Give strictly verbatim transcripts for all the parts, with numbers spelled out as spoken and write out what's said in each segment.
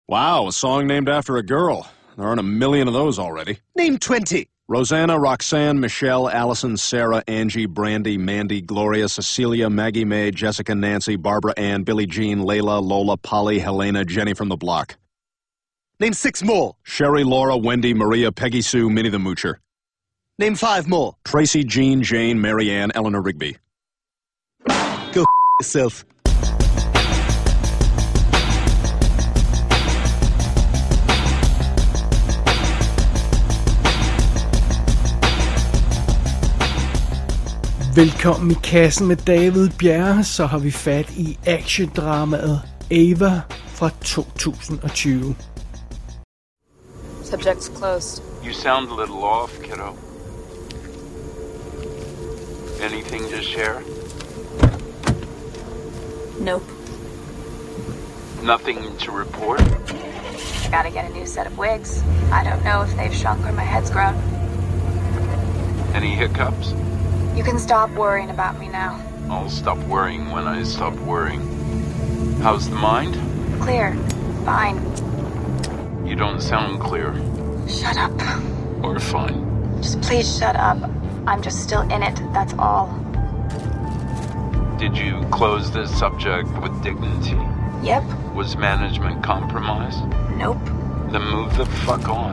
Wow, a song named after a girl. There aren't a million of those already. Name twenty. Rosanna, Roxanne, Michelle, Allison, Sarah, Angie, Brandy, Mandy, Gloria, Cecilia, Maggie May, Jessica, Nancy, Barbara Ann, Billie Jean, Layla, Lola, Polly, Helena, Jenny from the Block. Name six more. Sherry, Laura, Wendy, Maria, Peggy Sue, Minnie the Moocher. Name five more. Tracy, Jean, Jane, Mary Ann, Eleanor Rigby. Go yourself. Velkommen i kassen med David Bjerre, så har vi fat i actiondramaet Ava fra to tusind og tyve. Subject's closed. You sound a little off, kiddo. Anything to share? Nope. Nothing to report? I gotta get a new set of wigs. I don't know if they've shrunk or my head's grown. Any hiccups? You can stop worrying about me now. I'll stop worrying when I stop worrying. How's the mind? Clear. Fine. You don't sound clear. Shut up. Or fine. Just please shut up. I'm just still in it, that's all. Did you close this subject with dignity? Yep. Was management compromised? Nope. Then move the fuck on.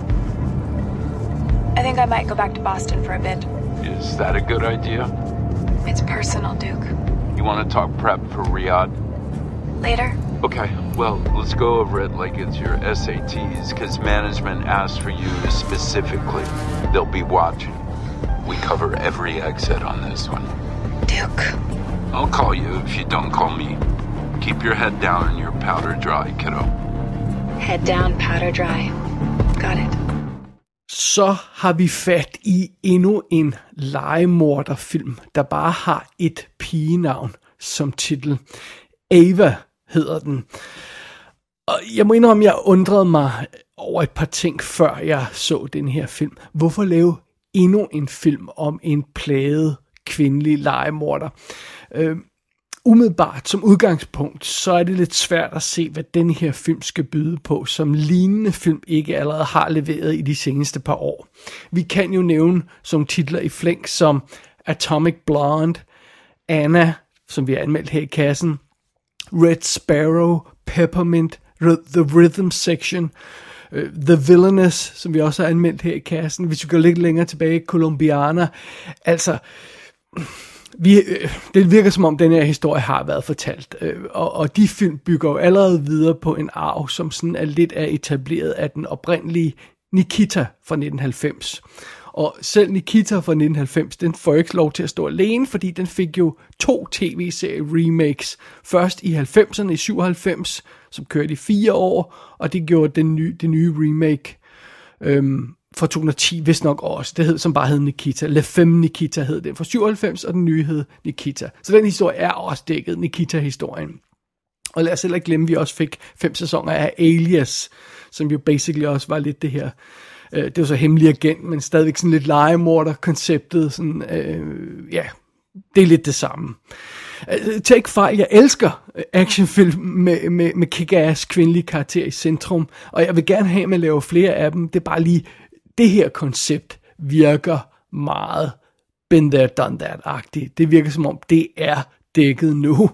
I think I might go back to Boston for a bit. Is that a good idea? It's personal, Duke. You want to talk prep for Riyadh? Later? Okay, well, let's go over it like it's your S A Ts, because management asked for you specifically. They'll be watching. We cover every exit on this one. Duke. I'll call you if you don't call me. Keep your head down and your powder dry, kiddo. Head down, powder dry. Got it. Så har vi fat i endnu en legemorderfilm, der bare har et pigenavn som titel. Ava hedder den. Og jeg må indrømme, jeg undrede mig over et par ting, før jeg så den her film. Hvorfor lave endnu en film om en plaget kvindelig legemorder? Øh, umiddelbart som udgangspunkt, så er det lidt svært at se, hvad den her film skal byde på, som lignende film ikke allerede har leveret i de seneste par år. Vi kan jo nævne som titler i flæng som Atomic Blonde, Anna, som vi har anmeldt her i kassen, Red Sparrow, Peppermint, The Rhythm Section, uh, The Villainous, som vi også har anmeldt her i kassen. Hvis vi går lidt længere tilbage, Colombiana. Altså, vi, øh, det virker som om, den her historie har været fortalt. Øh, og, og de film bygger jo allerede videre på en arv, som sådan er lidt er etableret af den oprindelige Nikita fra nitten halvfems. Og selv Nikita fra nitten halvfems, den får ikke lov til at stå alene, fordi den fik jo to tv-serie remakes. Først i halvfemserne, i syvoghalvfems, som kørte i fire år, og det gjorde den nye, det nye remake øhm, fra to tusind og ti, vist nok også. Det hed, som bare hed Nikita. Le Femme Nikita hed den fra syvoghalvfems, og den nye hed Nikita. Så den historie er også dækket, Nikita-historien. Og lad os heller ikke glemme, at vi også fik fem sæsoner af Alias, som jo basically også var lidt det her. Det var så hemmelig agent, men stadigvæk sådan lidt legemorder-konceptet. Sådan, øh, ja, det er lidt det samme. Tag ikke fejl, jeg elsker actionfilm med, med, med kick-ass kvindelige karakterer i centrum, og jeg vil gerne have, at man laver flere af dem. Det er bare lige, det her koncept virker meget been there, done that-agtigt. Det virker som om, det er dækket nu.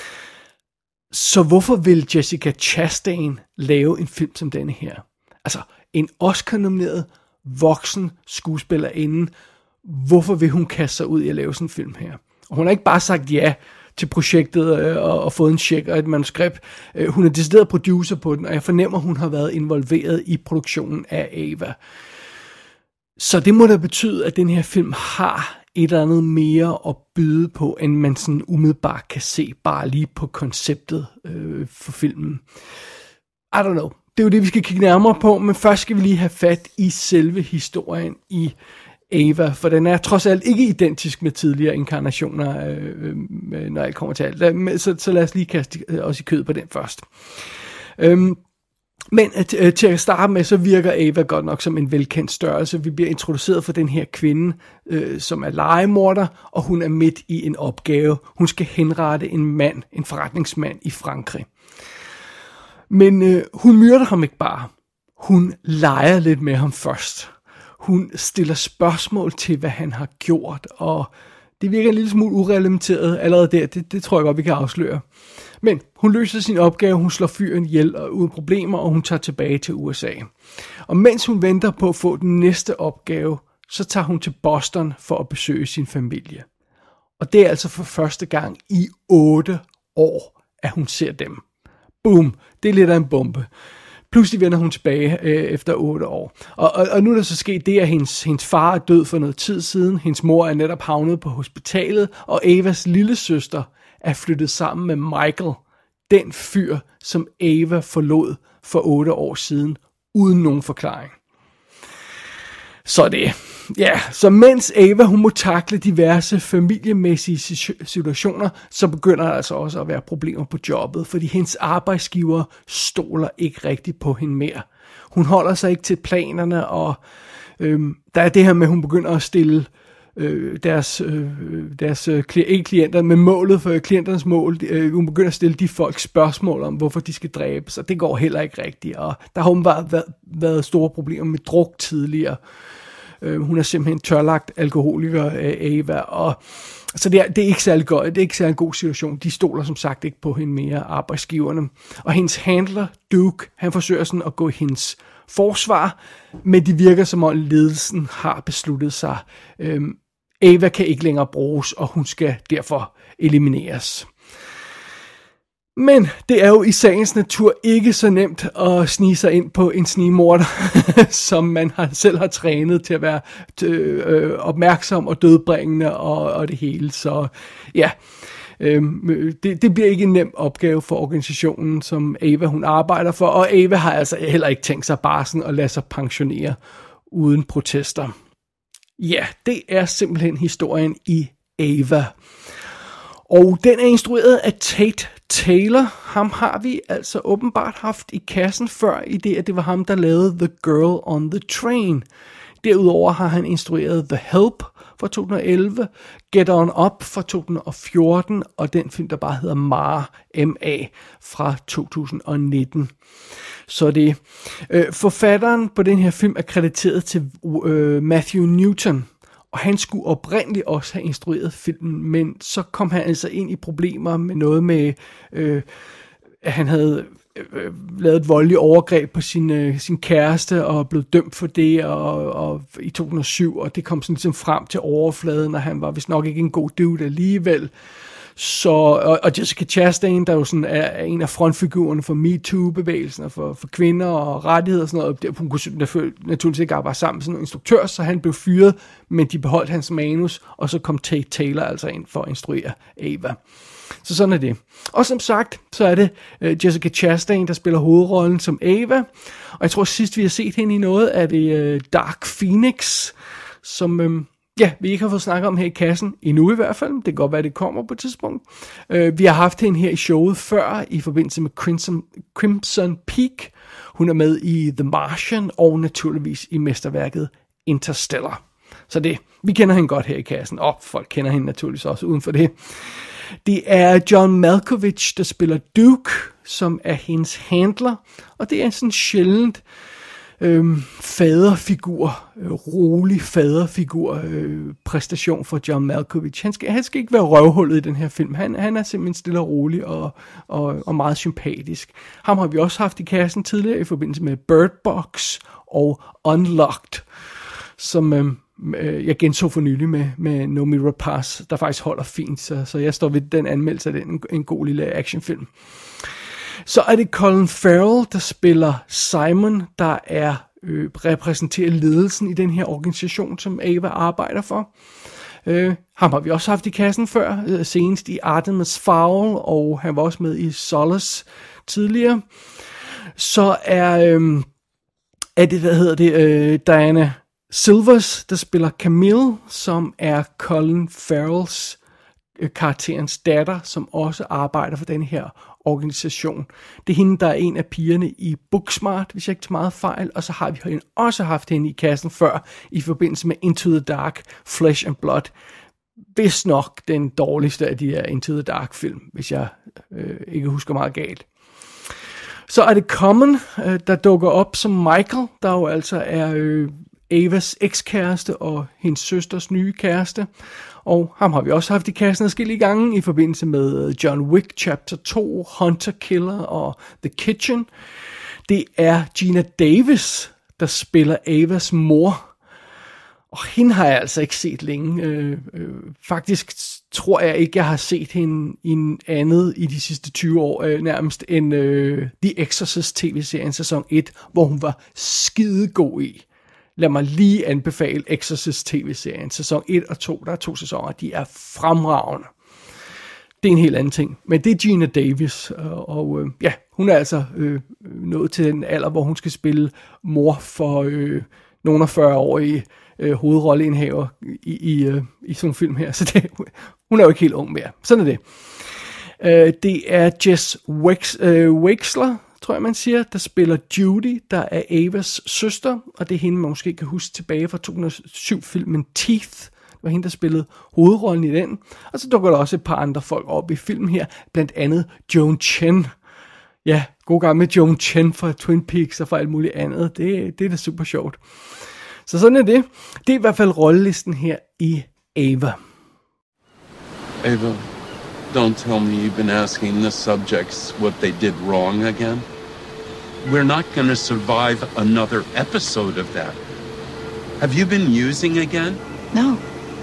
Så hvorfor vil Jessica Chastain lave en film som denne her? Altså, en Oscar-nomineret voksen skuespillerinde. Hvorfor vil hun kaste sig ud i at lave sådan en film her? Og hun har ikke bare sagt ja til projektet øh, og, og fået en check og et manuskript. Øh, hun er decideret producer på den, og jeg fornemmer, at hun har været involveret i produktionen af Ava. Så det må da betyde, at den her film har et eller andet mere at byde på, end man sådan umiddelbart kan se bare lige på konceptet øh, for filmen. I don't know. Det er jo det, vi skal kigge nærmere på, men først skal vi lige have fat i selve historien i Ava, for den er trods alt ikke identisk med tidligere inkarnationer, øh, øh, når jeg kommer til alt. Så, så lad os lige kaste os i kød på den først. Øhm, men øh, til at starte med, så virker Ava godt nok som en velkendt størrelse. Vi bliver introduceret for den her kvinde, øh, som er legemorder, og hun er midt i en opgave. Hun skal henrette en mand, en forretningsmand i Frankrig. Men øh, hun myrder ham ikke bare. Hun leger lidt med ham først. Hun stiller spørgsmål til, hvad han har gjort, og det virker en lille smule ureglementeret allerede der. Det, det tror jeg godt, vi kan afsløre. Men hun løser sin opgave, hun slår fyren ihjel og uden problemer, og hun tager tilbage til U S A. Og mens hun venter på at få den næste opgave, så tager hun til Boston for at besøge sin familie. Og det er altså for første gang i otte år, at hun ser dem. Boom, det er lidt af en bombe. Pludselig vender hun tilbage øh, efter otte år. Og, og, og nu er der så sket det, at hendes, hendes far er død for noget tid siden. Hendes mor er netop havnet på hospitalet, og Avas lille søster er flyttet sammen med Michael, den fyr, som Ava forlod for otte år siden, uden nogen forklaring. Så det, ja, så mens Ava, hun må takle diverse familiemæssige situationer, så begynder der altså også at være problemer på jobbet, fordi hendes arbejdsgiver stoler ikke rigtigt på hende mere. Hun holder sig ikke til planerne, og øhm, der er det her med, at hun begynder at stille øh, deres, øh, deres øh, klienter med målet for klienternes mål. Øh, hun begynder at stille de folk spørgsmål om, hvorfor de skal dræbes, og det går heller ikke rigtigt. Og der har hun bare været, været store problemer med druk tidligere. Øh, hun er simpelthen tørlagt alkoholiker af Ava, og så det er, det er ikke særlig godt, det er ikke særlig god situation. De stoler som sagt ikke på hende mere, arbejdsgiverne. Og hendes handler, Duke, han forsøger sådan at gå i hendes forsvar, men det virker som om ledelsen har besluttet sig. Øhm, Ava kan ikke længere bruges, og hun skal derfor elimineres. Men det er jo i sagens natur ikke så nemt at snige sig ind på en snigmorder, som man har, selv har trænet til at være øh, opmærksom og dødbringende og, og det hele. Så ja, øh, det, det bliver ikke en nem opgave for organisationen, som Ava hun arbejder for. Og Ava har altså heller ikke tænkt sig bare sådan at lade sig pensionere uden protester. Ja, det er simpelthen historien i Ava. Og den er instrueret af Tate Taylor. Ham har vi altså åbenbart haft i kassen før, i det, at det var ham, der lavede The Girl on the Train. Derudover har han instrueret The Help fra to tusind og elleve, Get On Up fra to tusind og fjorten, og den film, der bare hedder Mar, M A fra to tusind og nitten. Så det øh, forfatteren på den her film er krediteret til øh, Matthew Newton. Og han skulle oprindeligt også have instrueret filmen, men så kom han altså ind i problemer med noget med, øh, at han havde øh, lavet et voldeligt overgreb på sin, øh, sin kæreste og blev dømt for det og, og i to tusind og syv, og det kom sådan ligesom frem til overfladen, og han var vist nok ikke en god dude alligevel. Så, og, og Jessica Chastain, der jo sådan er, er en af frontfigurerne for MeToo-bevægelsen og for, for kvinder og rettigheder og sådan noget, der, hun kunne naturligvis ikke arbejde sammen med sådan en instruktør, så han blev fyret, men de beholdt hans manus, og så kom Tate Taylor altså ind for at instruere Ava. Så sådan er det. Og som sagt, så er det uh, Jessica Chastain, der spiller hovedrollen som Ava, og jeg tror sidst vi har set hende i noget, er det uh, Dark Phoenix, som... Um, Ja, vi ikke har fået snakket om her i kassen, endnu i hvert fald. Det kan godt være, at det kommer på et tidspunkt. Uh, vi har haft hende her i showet før, i forbindelse med Crimson, Crimson Peak. Hun er med i The Martian, og naturligvis i mesterværket Interstellar. Så det, vi kender hende godt her i kassen, og folk kender hende naturligvis også uden for det. Det er John Malkovich, der spiller Duke, som er hendes handler, og det er sådan sjældent Øhm, faderfigur, øh, rolig faderfigur øh, præstation for John Malkovich. Han skal, han skal ikke være røvhullet i den her film. Han, han er simpelthen stille og rolig og, og, og meget sympatisk. Ham har vi også haft i kassen tidligere i forbindelse med Bird Box og Unlocked, som øh, øh, jeg genså for nylig med, med Noomi Rapace, der faktisk holder fint, så, så jeg står ved den anmeldelse af den, en, en god lille actionfilm. Så er det Colin Farrell, der spiller Simon, der er øh, repræsenterer ledelsen i den her organisation, som Ava arbejder for. Øh, ham har vi også haft i kassen før, øh, senest i Artemis Fowl, og han var også med i Solace tidligere. Så er, øh, er det, hvad hedder det, øh, Diana Silvers, der spiller Camille, som er Colin Farrells øh, karakterens datter, som også arbejder for den her organisation. Det er hende, der er en af pigerne i Booksmart, hvis jeg ikke tager meget fejl, og så har vi hende også haft hende i kassen før, i forbindelse med Into the Dark, Flesh and Blood. Vist nok den dårligste af de her Into the Dark film, hvis jeg øh, ikke husker meget galt. Så er det Common, øh, der dukker op som Michael, der jo altså er øh, Avas ekskæreste og hendes søsters nye kæreste. Og ham har vi også haft i kassen adskillige gange i forbindelse med John Wick Chapter to, Hunter Killer og The Kitchen. Det er Gina Davis, der spiller Avas mor. Og hende har jeg altså ikke set længe. Øh, øh, faktisk tror jeg ikke, jeg har set hende i en andet i de sidste tyve år, øh, nærmest end øh, The Exorcist tv-serien sæson et, hvor hun var skidegod i. Lad mig lige anbefale Exorcist tv-serien sæson et og to. Der er to sæsoner, de er fremragende. Det er en helt anden ting. Men det er Gina Davis, og, og øh, ja, hun er altså øh, nået til den alder, hvor hun skal spille mor for øh, nogle af fyrre-årige øh, hovedrolleindhaver i, i, øh, i sådan en film her. Så det, hun er jo ikke helt ung mere. Sådan er det. Øh, det er Jess Wex, øh, Wexler, tror jeg man siger, der spiller Judy, der er Avas søster, og det er hende, man måske kan huske tilbage fra to tusind og syv-filmen Teeth. Det var hende, der spillede hovedrollen i den. Og så dukker der også et par andre folk op i filmen her, blandt andet Joan Chen. Ja, god gang med Joan Chen fra Twin Peaks og fra alt muligt andet. Det, det er da super sjovt. Så sådan er det. Det er i hvert fald rollelisten her i Ava. Ava, don't tell me you've been asking the subjects what they did wrong again. We're not going to survive another episode of that. Have you been using again? No.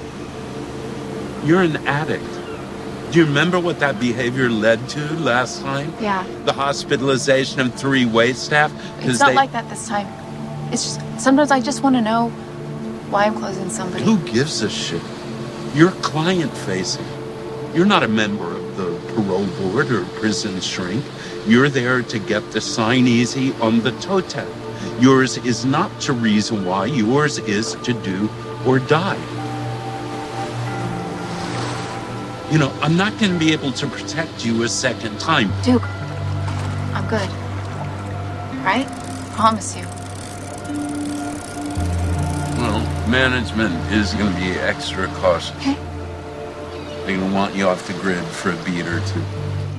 You're an addict. Do you remember what that behavior led to last time? Yeah. The hospitalization of three wait staff? It's not they... like that this time. It's just, sometimes I just want to know why I'm closing somebody. Who gives a shit? You're client-facing. You're not a member of the parole board or prison shrink. You're there to get the sign easy on the toe tag. Yours is not to reason why. Yours is to do or die. You know, I'm not going to be able to protect you a second time. Duke, I'm good. Right? Promise you. Well, management is going to be extra cautious. Okay. They're going to want you off the grid for a beat or two.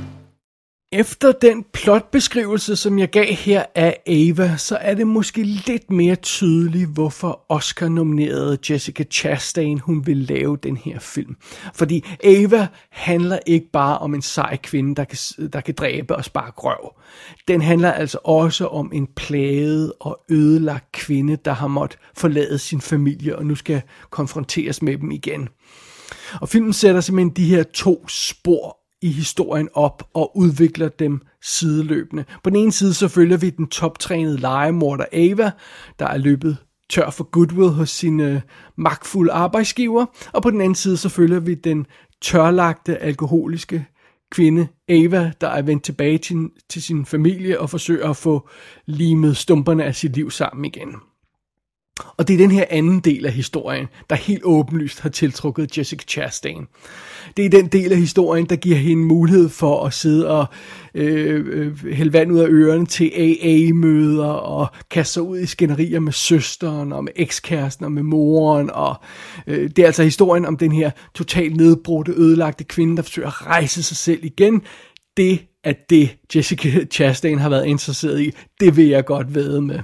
Efter den plotbeskrivelse, som jeg gav her af Ava, så er det måske lidt mere tydeligt, hvorfor Oscar-nominerede Jessica Chastain, hun vil lave den her film. Fordi Ava handler ikke bare om en sej kvinde, der kan, der kan dræbe og sparke røv. Den handler altså også om en plaget og ødelagt kvinde, der har måttet forlade sin familie, og nu skal konfronteres med dem igen. Og filmen sætter simpelthen de her to spor i historien op og udvikler dem sideløbende. På den ene side så følger vi den toptrænede lejemorder Ava, der er løbet tør for goodwill hos sine magtfulde arbejdsgiver, og på den anden side så følger vi den tørlagte alkoholiske kvinde Ava, der er vendt tilbage til, til sin familie og forsøger at få limet stumperne af sit liv sammen igen. Og det er den her anden del af historien, der helt åbenlyst har tiltrukket Jessica Chastain. Det er den del af historien, der giver hende mulighed for at sidde og øh, øh, hælde vand ud af ørerne til A A-møder og kaste sig ud i skænderier med søsteren og med ekskæresten og med moren. Og, øh, det er altså historien om den her totalt nedbrudte, ødelagte kvinde, der forsøger at rejse sig selv igen. Det er det, Jessica Chastain har været interesseret i. Det vil jeg godt vædde med.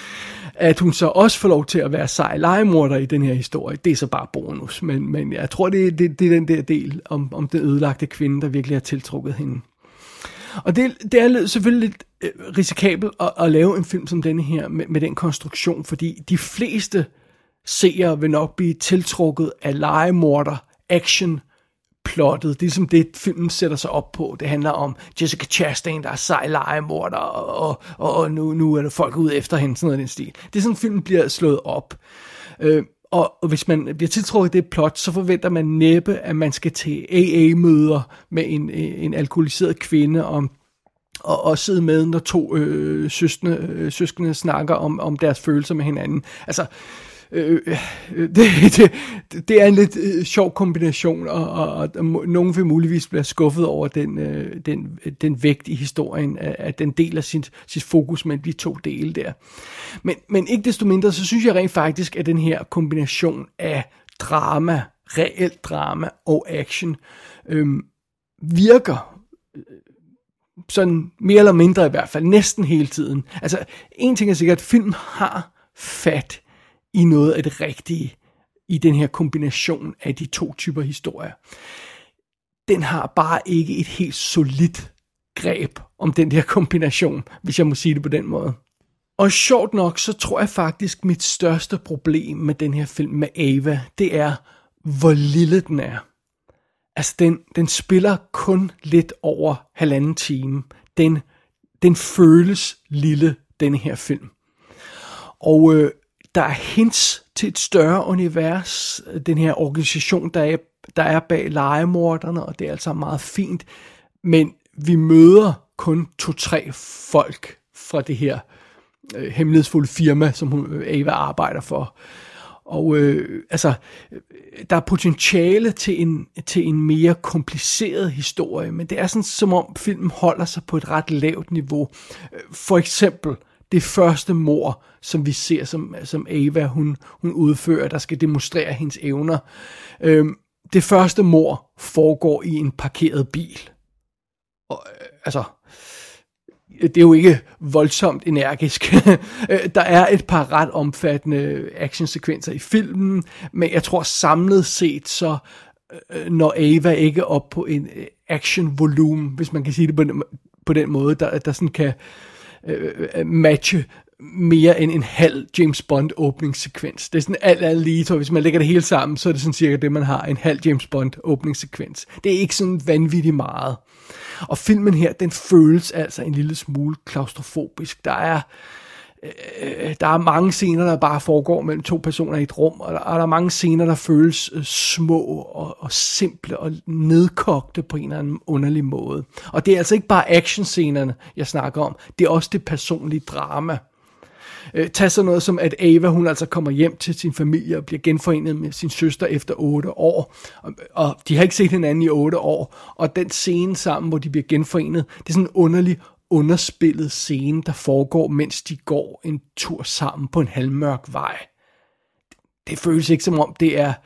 At hun så også får lov til at være sej lejemorder i den her historie, det er så bare bonus. Men, men jeg tror, det, det, det er den der del om, om den ødelagte kvinde, der virkelig har tiltrukket hende. Og det, det er selvfølgelig lidt øh, risikabelt at, at lave en film som denne her med, med den konstruktion, fordi de fleste seere vil nok blive tiltrukket af lejemorder, action, plottet. Det er ligesom det, filmen sætter sig op på. Det handler om Jessica Chastain, der er sej lejemorder, og, og, og nu, nu er der folk ude efter hende, sådan noget den stil. Det er sådan, filmen bliver slået op. Øh, og, og hvis man bliver tiltrukket det plot, så forventer man næppe, at man skal til A A-møder med en, en alkoholiseret kvinde, og, og, og sidde med, når to øh, søskende, øh, søskende snakker om, om deres følelser med hinanden. Altså, Øh, det, det, det er en lidt øh, sjov kombination, og, og, og, og nogen vil muligvis blive skuffet over den, øh, den, den vægt i historien, at, at den deler sit, sit fokus mellem de to dele der. Men, men ikke desto mindre, så synes jeg rent faktisk, at den her kombination af drama, reelt drama og action øh, virker sådan mere eller mindre i hvert fald, næsten hele tiden. Altså, en ting er sikkert, at film har fat i noget af det rigtige, i den her kombination af de to typer historier. Den har bare ikke et helt solidt greb om den der kombination, hvis jeg må sige det på den måde. Og sjovt nok, så tror jeg faktisk, mit største problem med den her film med Ava, det er, hvor lille den er. Altså, den, den spiller kun lidt over halvanden time. Den, den føles lille, denne her film. Og øh, der er hints til et større univers, den her organisation, der er, der er bag legemorderne, og det er altså meget fint. Men vi møder kun to-tre folk fra det her øh, hemmelighedsfulde firma, som hun, Ava arbejder for. Og øh, altså, der er potentiale til en, til en mere kompliceret historie, men det er sådan, som om filmen holder sig på et ret lavt niveau. For eksempel det første mord, som vi ser, som, som Ava hun, hun udfører, der skal demonstrere hendes evner. Øh, det første mord foregår i en parkeret bil. Og, øh, altså... Det er jo ikke voldsomt energisk. Der er et par ret omfattende actionsekvenser i filmen, men jeg tror samlet set, så når Ava ikke er op på en action-volumen, hvis man kan sige det på den, på den måde, der, der sådan kan uh, matche mere end en halv James Bond åbningssekvens. Det er sådan alt, alt lige, så hvis man lægger det hele sammen, så er det sådan cirka det, man har, en halv James Bond åbningssekvens. Det er ikke sådan vanvittigt meget. Og filmen her, den føles altså en lille smule klaustrofobisk. Der er, øh, der er mange scener, der bare foregår mellem to personer i et rum, og der, og der er mange scener, der føles øh, små og, og simple og nedkogte på en eller anden underlig måde. Og det er altså ikke bare actionscenerne, jeg snakker om. Det er også det personlige drama. Øh, tag så noget som, at Ava, hun altså kommer hjem til sin familie og bliver genforenet med sin søster efter otte år. Og, og de har ikke set hinanden i otte år. Og den scene sammen, hvor de bliver genforenet, det er sådan en underlig, underspillet scene, der foregår, mens de går en tur sammen på en halvmørk vej. Det føles ikke som om, det er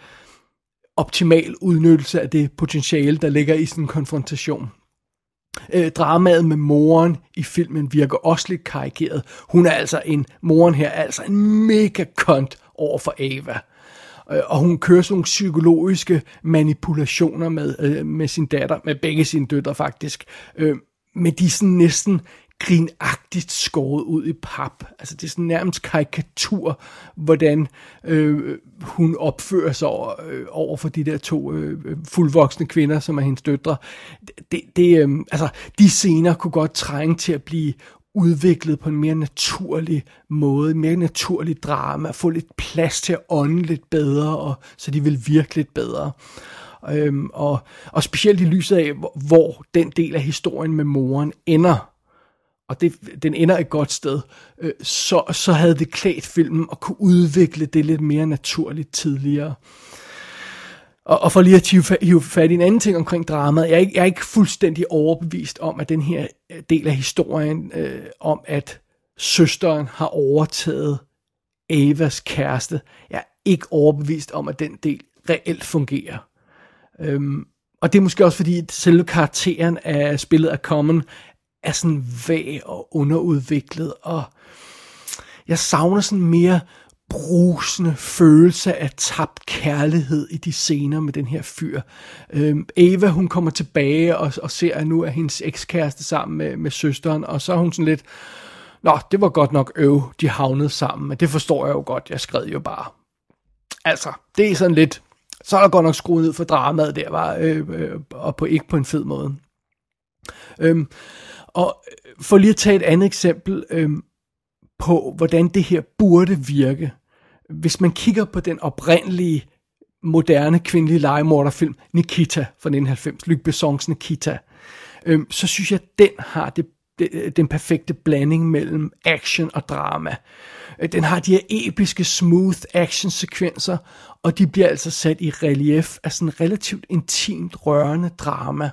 optimal udnyttelse af det potentiale, der ligger i sådan en konfrontation. Øh, dramaet med moren i filmen virker også lidt karikeret. Hun er altså en, moren her er altså en mega kont over for Ava. Øh, og hun kører sådan nogle psykologiske manipulationer med, øh, med sin datter, med begge sine døtre faktisk. Øh, med de sådan næsten grinagtigt skåret ud i pap. Altså det er sådan nærmest karikatur, hvordan øh, hun opfører sig over, øh, over for de der to øh, fuldvoksne kvinder, som er hendes døtre. Det, det, øh, altså, de scener kunne godt trænge til at blive udviklet på en mere naturlig måde, en mere naturlig drama, få lidt plads til at ånde lidt bedre, og, så de vil virke lidt bedre. Øhm, og, og specielt i lyset af, hvor, hvor den del af historien med moren ender, og det, den ender et godt sted, øh, så, så havde det klædt filmen at kunne udvikle det lidt mere naturligt tidligere. Og, og for lige at hive, hive fat i en anden ting omkring dramaet, jeg er, ikke, jeg er ikke fuldstændig overbevist om, at den her del af historien, øh, om at søsteren har overtaget Avas kæreste, jeg er ikke overbevist om, at den del reelt fungerer. Øhm, og det er måske også fordi, at selve karakteren af spillet af Common er sådan vag og underudviklet, og jeg savner sådan mere brusende følelse af tabt kærlighed i de scener med den her fyr. Øhm, Ava, hun kommer tilbage og, og ser, at nu er hendes ekskæreste sammen med, med søsteren, og så er hun sådan lidt, nå, det var godt nok øv, de havnede sammen, men det forstår jeg jo godt, jeg skrev jo bare. Altså, det er sådan lidt, så er der godt nok skruet ned for dramaet der, var, øh, øh, og på, ikke på en fed måde. Øhm, og for lige at tage et andet eksempel øhm, på, hvordan det her burde virke. Hvis man kigger på den oprindelige, moderne, kvindelige legemorderfilm, Nikita fra nitten halvfems, Luc Bessons Nikita, øhm, så synes jeg, at den har det, det, den perfekte blanding mellem action og drama. Den har de her episke, smooth action-sekvenser, og de bliver altså sat i relief af sådan relativt intimt, rørende drama.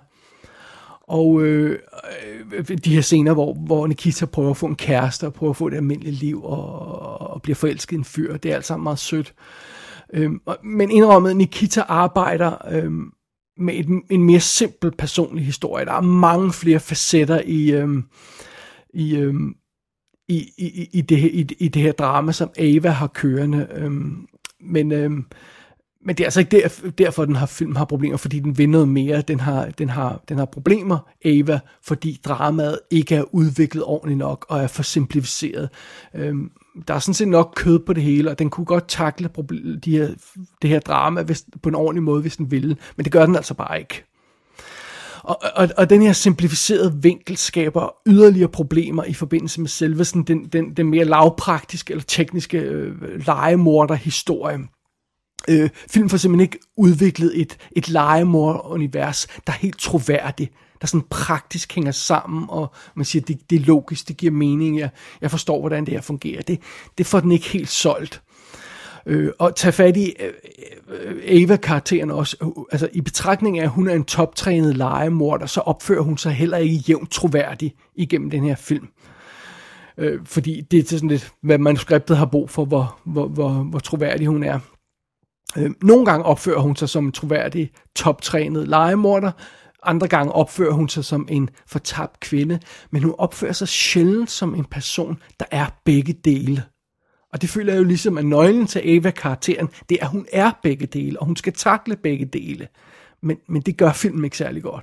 Og øh, de her scener, hvor, hvor Nikita prøver at få en kæreste, og prøver at få et almindeligt liv, og, og bliver forelsket i en fyr, det er alt sammen meget sødt. Øhm, men indrømmet, Nikita arbejder øhm, med et, en mere simpel personlig historie. Der er mange flere facetter i, øhm, i, øhm, i, i, i, det, i, i det her drama, som Ava har kørende. Øhm, men, øhm, men det er altså ikke der, derfor, den her film har problemer, fordi den vil noget mere. Den har, den har, den har problemer, Ava, fordi dramaet ikke er udviklet ordentligt nok og er for simplificeret. Øhm, der er sådan set nok kød på det hele, og den kunne godt takle problem, de her, det her drama hvis, på en ordentlig måde, hvis den ville, men det gør den altså bare ikke. Og, og, og den her simplificerede vinkel skaber yderligere problemer i forbindelse med selve sådan den, den, den mere lavpraktiske eller tekniske øh, legemorder-historie. Øh, film får simpelthen ikke udviklet et, et legemorder-univers, der er helt troværdigt, der sådan praktisk hænger sammen, og man siger, det, det er logisk, det giver mening, jeg, jeg forstår, hvordan det her fungerer. Det, det får den ikke helt solgt. Øh, og tage fat i øh, Ava-karakteren også, altså i betragtning af, at hun er en toptrænet legemorder, så opfører hun sig heller ikke jævnt troværdig igennem den her film. Øh, fordi det er sådan lidt, hvad manuskriptet har brug for, hvor, hvor, hvor, hvor troværdig hun er. Øh, nogle gange opfører hun sig som en troværdig, toptrænet legemorder, andre gange opfører hun sig som en fortabt kvinde, men hun opfører sig sjældent som en person, der er begge dele. Og det føler jeg jo ligesom, at nøglen til Ava-karakteren, det er, at hun er begge dele, og hun skal takle begge dele. Men, men det gør filmen ikke særlig godt.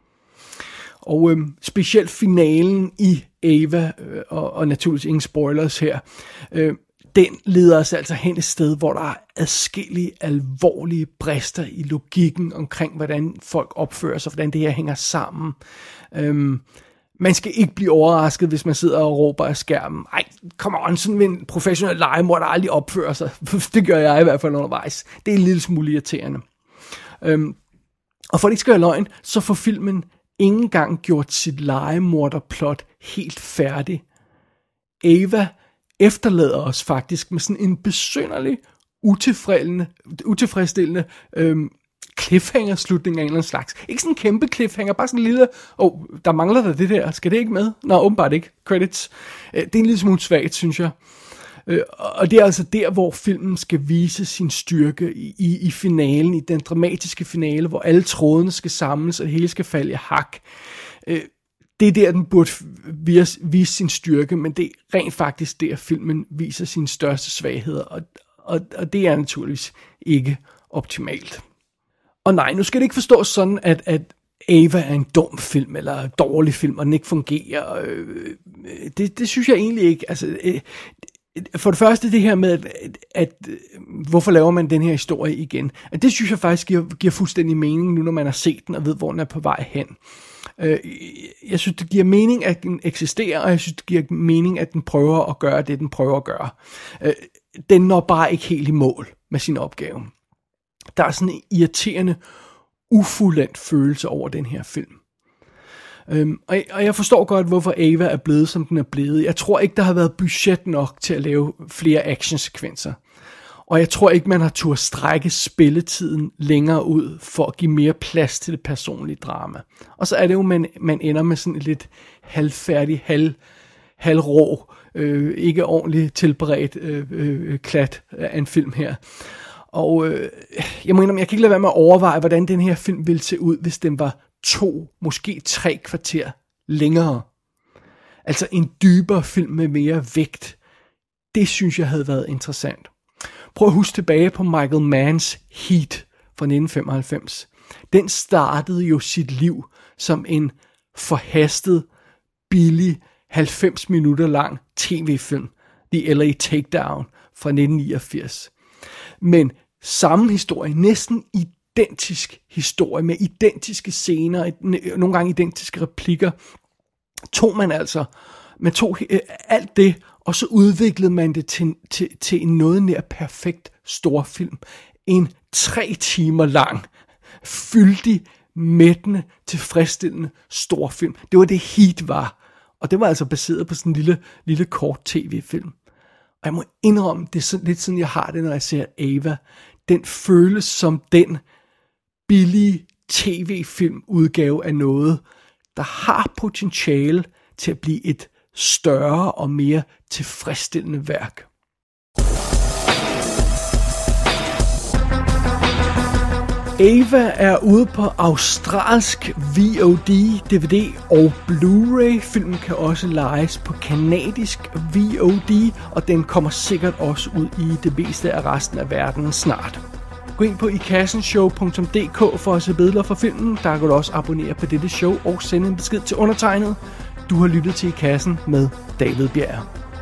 Og øhm, specielt finalen i Ava, øh, og, og naturligvis ingen spoilers her, øh, den leder os altså hen et sted, hvor der er adskillige alvorlige brister i logikken omkring, hvordan folk opfører sig, hvordan det her hænger sammen. Øhm, man skal ikke blive overrasket, hvis man sidder og råber af skærmen. Ej, come on, sådan en professionel legemord, der aldrig opfører sig. Det gør jeg i hvert fald undervejs. Det er en lille smule irriterende. Øhm, og for det ikke skal være løgn, så får filmen ikke engang gjort sit legemorderplot helt færdig. Ava efterlader os faktisk med sådan en besynderlig, utilfredsstillende øhm, cliffhanger-slutning af en eller anden slags. Ikke sådan en kæmpe cliffhanger, bare sådan en lille, åh, oh, der mangler der det der, skal det ikke med? Nå, åbenbart ikke. Credits. Det er en lille smule svagt, synes jeg. Og det er altså der, hvor filmen skal vise sin styrke i, i, i finalen, i den dramatiske finale, hvor alle trådene skal samles, og det hele skal falde i hak. Det er der, den burde vise, vise sin styrke, men det er rent faktisk der, filmen viser sine største svagheder, og, og, og det er naturligvis ikke optimalt. Og nej, nu skal det ikke forstås sådan, at, at Ava er en dum film, eller en dårlig film, og den ikke fungerer. Det, det synes jeg egentlig ikke. Altså, for det første det her med, at, at hvorfor laver man den her historie igen? At det synes jeg faktisk giver, giver fuldstændig mening, nu når man har set den, og ved, hvor den er på vej hen. Jeg synes, det giver mening, at den eksisterer, og jeg synes, det giver mening, at den prøver at gøre det, den prøver at gøre. Den når bare ikke helt i mål med sin opgave. Der er sådan en irriterende, ufuldendt følelse over den her film. Øhm, og, jeg, og jeg forstår godt, hvorfor Ava er blevet, som den er blevet. Jeg tror ikke, der har været budget nok til at lave flere actionsekvenser. Og jeg tror ikke, man har turde strække spilletiden længere ud, for at give mere plads til det personlige drama. Og så er det jo, man, man ender med sådan et lidt halvfærdig, halv, halvrå, øh, ikke ordentligt tilberedt øh, øh, klat af en film her. Og øh, jeg må indrømme, jeg kan ikke lade være med at overveje, hvordan den her film ville se ud, hvis den var to, måske tre kvarter længere. Altså en dybere film med mere vægt. Det synes jeg havde været interessant. Prøv at huske tilbage på Michael Manns Heat fra nitten femoghalvfems. Den startede jo sit liv som en forhastet, billig, halvfems minutter lang tv-film, The L A Takedown fra nitten niogfirs. Men samme historie, næsten identisk historie, med identiske scener, nogle gange identiske replikker, tog man altså, man tog alt det, og så udviklede man det til, til, til en noget nær perfekt storfilm. En tre timer lang, fyldig, mættende, tilfredsstillende storfilm. Det var det Heat var, og det var altså baseret på sådan en lille, lille kort tv-film. Og jeg må indrømme, det er sådan, lidt sådan, jeg har det, når jeg ser Ava. Den føles som den billige tv-film udgave af noget, der har potentiale til at blive et større og mere tilfredsstillende værk. Ava er ude på australsk V O D, D V D og Blu-ray. Filmen kan også lejes på kanadisk V O D, og den kommer sikkert også ud i det meste af resten af verden snart. Gå ind på i kassen show punktum d k for at se billeder fra filmen. Der kan du også abonnere på dette show og sende en besked til undertegnet. Du har lyttet til I Kassen med David Bjerg.